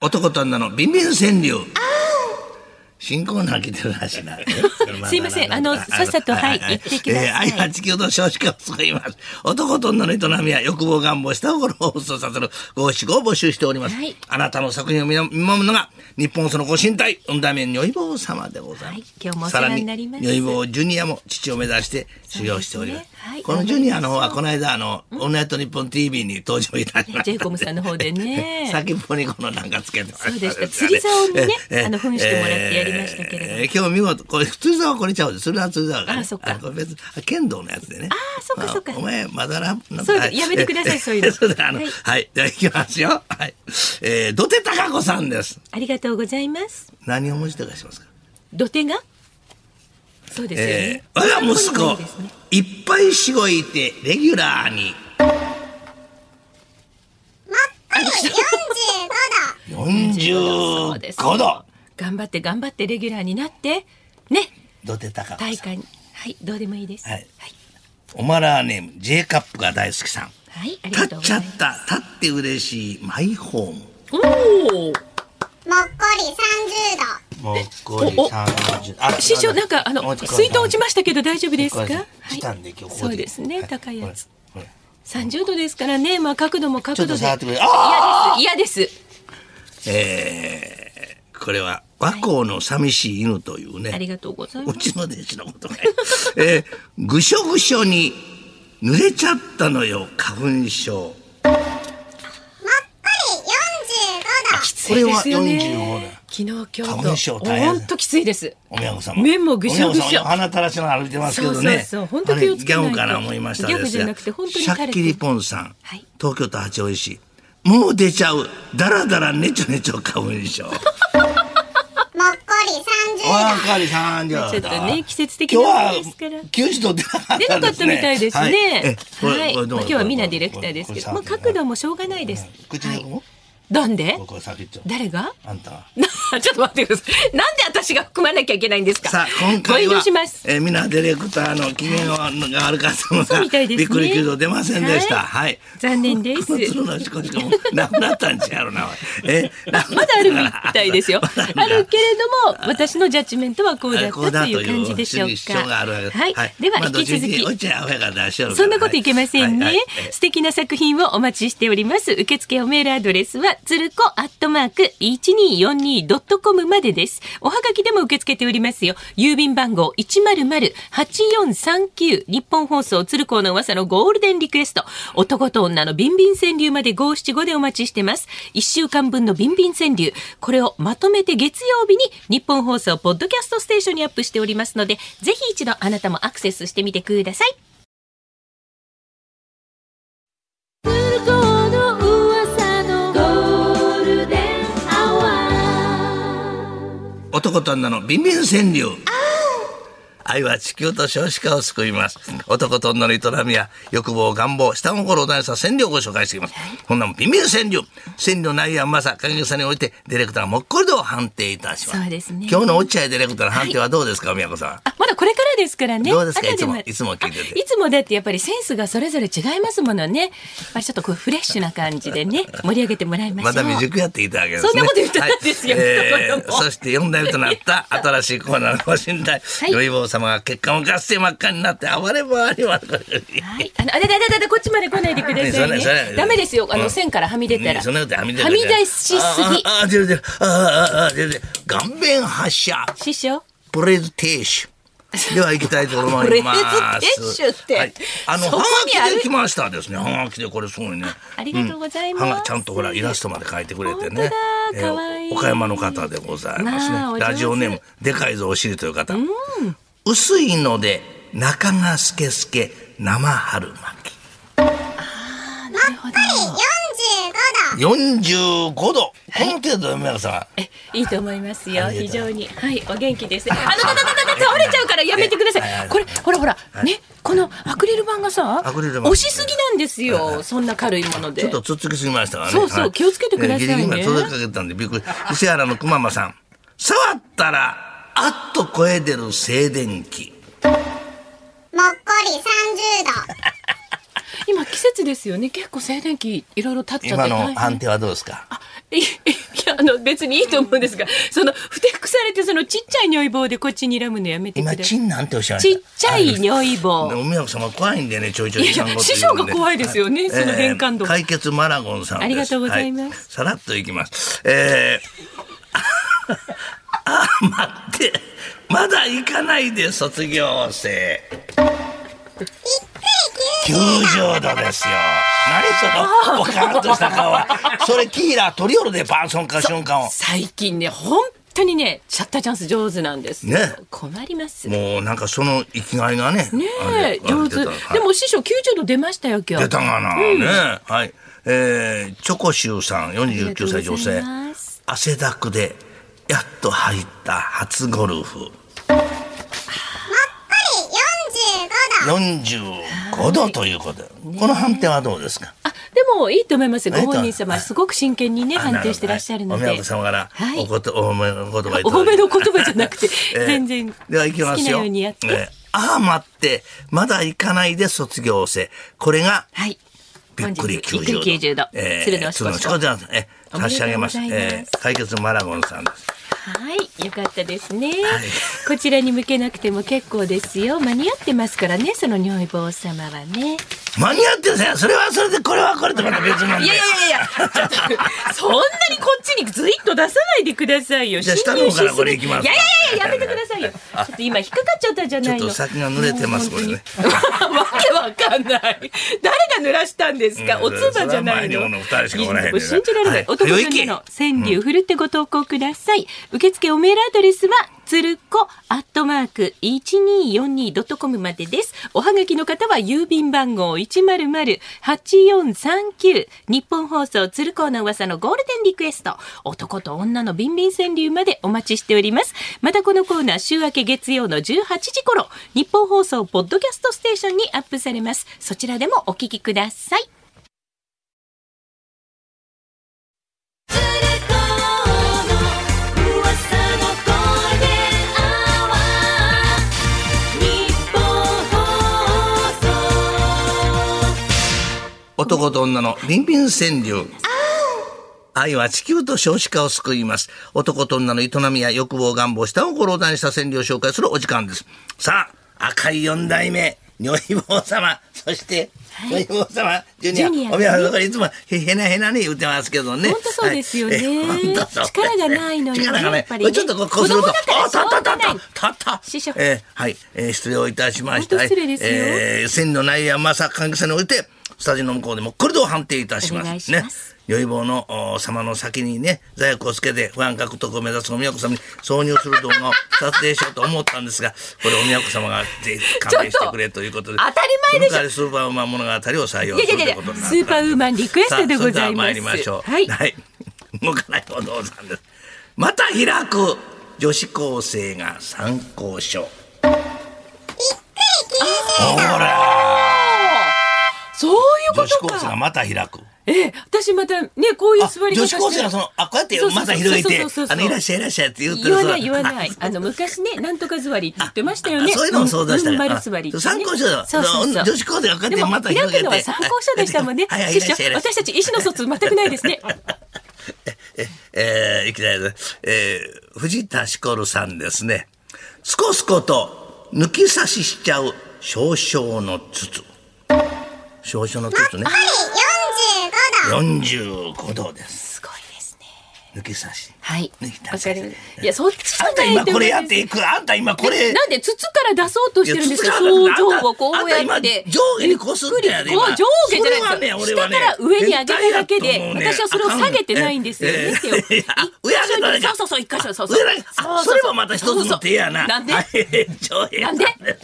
男と女のビンビン川柳。新コーナー来てるらしいな。 すいません、さっさと、はい、言ってください。 愛は地球と少子化を救います。男と女の営みや欲望願望した心を放送させる五七五を募集しております。 はい、 あなたの作品を見守るのが日本そのご神体運ダメ如意棒様でございます。はい、 今日もお世話になります。 如意棒ジュニアも父を目指して修行しております。 はい、 このジュニアの方はこの間オールナイトニッポン TV に登場いたしました。 ジェイコムさんの方でね。 先っぽにこのなんかつけてました。 そうでした。釣り竿にね、扮してもらってやりましたけれども。 今日見事これ釣り竿はこれちゃうで、それは釣り竿がね。 あ、そっか。 これ別剣道のやつでね。 あ、そっかそっか。 お前まだな。 そうやめてください、そういうの。 はい、じゃあ行きますよ。はい。土手貴子さんです。 ありがとうございます。 何を文字で出しますか。 土手が。そうですよね。 我が息子いっぱいしごいてレギュラーに。45度。 頑張ってレギュラーになってね。 土手貴子さん。 大会にどうでもいいです。はい。 オマラーネーム J カップが大好きさん。 はい、ありがとうございます。 立って嬉しいマイホーム。 おお。 もっこり30度。 もっこり30度。 師匠なんか水筒落ちましたけど大丈夫ですか。 したんで今日そうですね、高いやつ。30度ですからね、まあ角度も角度で。嫌です。 これは和光の寂しい犬というね。 ありがとうございます。 うちの弟子のことが。ぐしょぐしょに濡れちゃったのよ花粉症。 これは 45度。 昨日今日と花粉症大変。 本当きついです。 お宮子さんも。 目もぐしょぐしょ。 鼻垂らしの歩いてますけどね。 本当気をつけないと。 ギャグかな思いましたギャグじゃなくて本当にシャッキリポンさん。東京都八王子市。もう出ちゃう。だらだらねちょねちょ花粉症。 もっこり30度。 ちょっとね季節的なものですから。 今日は9時と出なかったですね。 出なかったみたいですね。はい。今日はみんなディレクターですけど、角度もしょうがないです。 口のも。 なんで？誰が？ あんた。 ちょっと待ってください。なんで私が含まなきゃいけないんですか。 さあ今回はご遠慮します。 みんなディレクターの機嫌が悪かったのがびっくり9度出ませんでした。はい。 残念です。 この鶴のしこしかもなくなったんちゃうな。 まだあるみたいですよ。あるけれども私のジャッジメントはこうだったという感じでしょうか。はい。では引き続き。そんなこといけませんね。素敵な作品をお待ちしております。受付おメールアドレスはつるこ@1242.com までです。おはがきでも受け付けておりますよ。郵便番号100-8439日本放送鶴光の噂のゴールデンリクエスト。男と女のビンビン川柳まで五七五でお待ちしてます。1週間分のビンビン川柳。これをまとめて月曜日に日本放送ポッドキャストステーションにアップしておりますので、ぜひ一度あなたもアクセスしてみてください。 男と女のビンビン川柳。愛は地球と少子化を救います。男と女の営みや欲望願望下心を大した川柳をご紹介していきます。こんなもビンビン川柳。川柳の内容やうまさ影草においてディレクターがもっこりと判定いたします。 そうですね。 今日の落合ディレクターの判定はどうですか、宮子さん。 まだこれからですからね。 どうですか、いつも聞いてて。 いつもだってやっぱりセンスがそれぞれ違いますものね。ちょっとこうフレッシュな感じでね盛り上げてもらいましょう。 まだ未熟やっていたわけですね。 そんなこと言ったんですよ。 そして4代目となった新しいコーナーのご神体如意棒様が血管をガッセ真っ赤になって暴れ回ります。はい。 こっちまで来ないでくださいね。ダメですよ。線からはみ出たら。はみ出しすぎ。 出る。顔面発射。 師匠。 プレズテーション。では行きたいと思います。 プレゼンテーションって、 はい、はがきで来ましたですね。はがきでこれすごいね。 ありがとうございます。 ちゃんとほらイラストまで描いてくれてね。 かわいい。 岡山の方でございますね。ラジオネームでかいぞお尻という方。薄いので中がスケスケ生春巻き。 なるほど。 45度。この程度で宮さん。いいと思いますよ。非常に。はい、お元気です。倒れちゃうからやめてください。これ、ほら、ね、このアクリル板がさ、押しすぎなんですよ。そんな軽いもので。 ちょっとつっつきすぎましたからね。 そう、気をつけてくださいね。 ギリギリ届けかけたんでびっくり。伊勢原のくままさん。触ったら、あっと声出る静電気。 もっこり30度。 今季節ですよね。結構静電気いろいろ立っちゃって。 今の判定はどうですか。 別にいいと思うんですが、ふてくされてちっちゃい如意棒でこっちにらむのやめてください。 今チンなんておっしゃいまちっした。 ちゃい如意棒。 お宮子様怖いんでね、ちょいちょい時間ごと師匠が怖いですよね、その変換度。 解決マラゴンさんです。 ありがとうございます。 さらっといきます。待って、まだ行かないで卒業生。90度ですよ。何そのポカンとした顔は。それキーラー取り寄るでパンソンか瞬間を。 最近ね、本当にね、シャッターチャンス上手なんですよ。 ね、 困ります。 もうなんかその生きがいがね。 ねえ、上手。でも師匠90度出ましたよ今日。 出たがな、ね。はい。チョコシューさん49歳女性。汗だくでやっと入った初ゴルフ。45度ということで、この判定はどうですか。 でもいいと思いますよ。ご本人様すごく真剣にね判定してらっしゃるので、 お宮子様からお褒めの言葉いただいて、 お褒めの言葉じゃなくて全然では行きますよ。 好きなようにやって。 待ってまだ行かないで卒業生。これがびっくり 90度。鶴のしこしこ差し上げます。解決マラゴンさんです。 はい、よかったですね、こちらに向けなくても結構ですよ。間に合ってますからね、その如意棒様はね。 間に合ってるんですよ。それはそれでこれはこれとまた別なんで。 いやちょっとそんなにこっちにずいっと出さないでくださいよ。 じゃあ下の方からこれいきます。 いややめてくださいよ。ちょっと今引っかかっちゃったじゃないの。 ちょっと先が濡れてますこれね。 わけわかんない。誰が濡らしたんですか。おつばじゃないの。信じられない。男の子の川柳ふるってご投稿ください。受付おメールアドレスはつるこ@1242.com までです。おはがきの方は郵便番号100-8439、日本放送つるこの噂のゴールデンリクエスト、男と女のビンビン川柳までお待ちしております。またこのコーナー週明け月曜の18時頃、日本放送ポッドキャストステーションにアップされます。そちらでもお聞きください。 男と女のビンビン川柳。愛は地球と少子化を救います。男と女の営みや欲望願望下心を題した川柳を紹介するお時間です。さあ、赤い4代目如意棒様、そして如意棒様ジュニア、おみやさんいつもへなへなに言ってますけどね。 本当そうですよね。力がないのに力がない。 やっぱりね。 ちょっとこうすると、たった。 師匠。 はい、失礼をいたしました。 失礼ですよ。 川柳の内容はまさ関係者においてスタジオの向こうでもこれで判定いたします。 お願いします。 如意棒の様の先にね座薬をつけて不安獲得を目指すお宮子様に挿入する動画を撮影しようと思ったんですが、これお宮子様がぜひ勘弁してくれということで、 当たり前でしょ。 その代わりスーパーウーマン物語を採用するということになった。 スーパーウーマンリクエストでございます。 さあそれでは参りましょう。 はい、 動かないお父さんです。また開く女子高生が参考書。ほらそういうことか。 女子高生がまた開く。 私またねこういう座り方して女子高生がこうやってまた広げていらっしゃいいらっしゃいって言ってる。 言わない昔ねなんとか座りって言ってましたよね。 そういうのもそうでした丸座り、 参考書だ。女子高生がこうやってまた広げて。 でも開くのは参考書でしたもんね。師匠、私たち意思の疎通全くないですね。 いきなりです。藤田しこるさんですね。すこすこと抜き差ししちゃう少々の筒。少々の筒ね。45度です。 すごいですね。 抜き差し。 はい。 抜き差し。 いや、そっちあんた今これやっていく。あんた今これ。 なんで筒から出そうとしてるんですか。表情をこうやって。 上下にこすってやで。 上下じゃないですよ。下から上に上げただけで、私はそれを下げてないんですよね。手を。 上上げただけ。 そう、一箇所、そう。 それもまた一つの手やな。 なんでなんで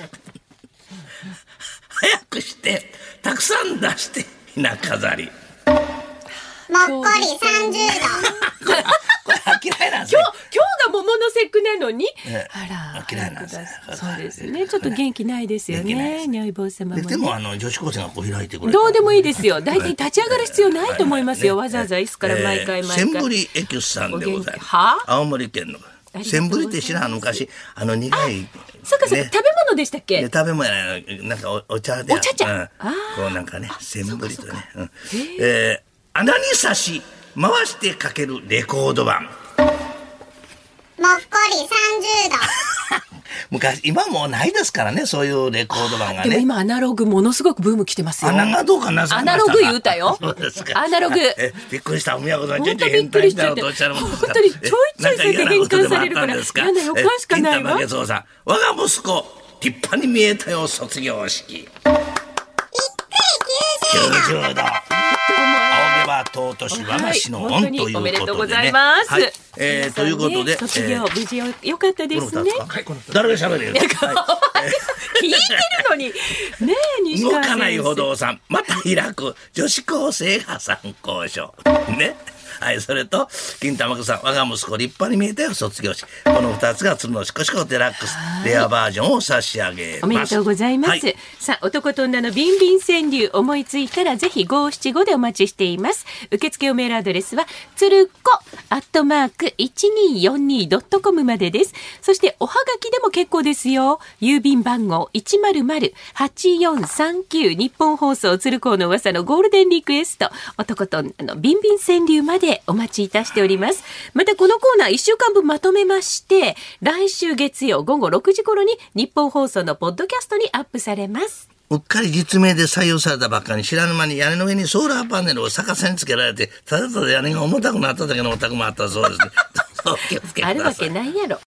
早くして、たくさん出して、ひな飾り。 もっこり30度。 これ嫌いなんですね。 今日が桃の節句なのに。 あら、嫌いなんですね。 そうですね。ちょっと元気ないですよね。如意棒様も。 でも女子高生がこう開いてくれる。 どうでもいいですよ。大体立ち上がる必要ないと思いますよ。わざわざ椅子から毎回。 センブリエキュスさんでございます。青森県の。センブリって知らん昔苦い。 そうか食べ物でしたっけ。 食べ物やないなんかお茶で。 お茶茶。 こうなんかねセンブリとね。穴に刺し回してかけるレコード盤。 もっこり30度。 昔、今もうないですからね、そういうレコード盤がね。 でも今アナログものすごくブーム来てますよ。 アナログかな。 アナログ言うたよ。 そうですか。 アナログ。 びっくりした。宮子さん、 本当びっくりしちゃって。本当にちょいちょいそれで変換されるから。嫌な予感しかないわ。 金玉さん、我が息子、立派に見えたよ、卒業式。90度。青毛は尊し我が師の恩ということでね。 おめでとうございます。 ということで、 卒業無事よかったですね。 誰が喋るよ。 聞いてるのにねえ、西川先生。 動かない歩道さん、また開く女子高生が参考書ね。はい、それと金玉子さん、我が息子立派に見えたよ、卒業式。この2つが鶴のしこしこデラックスレアバージョンを差し上げます。 おめでとうございます。はい、さあ、男と女のビンビン川柳、思いついたらぜひ575でお待ちしています。受付おメールアドレスはつるこ@1242.com までです。そしておはがきでも結構ですよ。郵便番号 100-8439 日本放送鶴光の噂のゴールデンリクエスト、男と女のビンビン川柳までお待ちいたしております。またこのコーナー1週間分まとめまして、来週月曜午後6時頃に日本放送のポッドキャストにアップされます。 うっかり実名で採用されたばっかり、知らぬ間に屋根の上にソーラーパネルを逆さにつけられて、ただただ屋根が重たくなっただけのお宅もあったそうですね。気をつけください。 あるわけないやろ。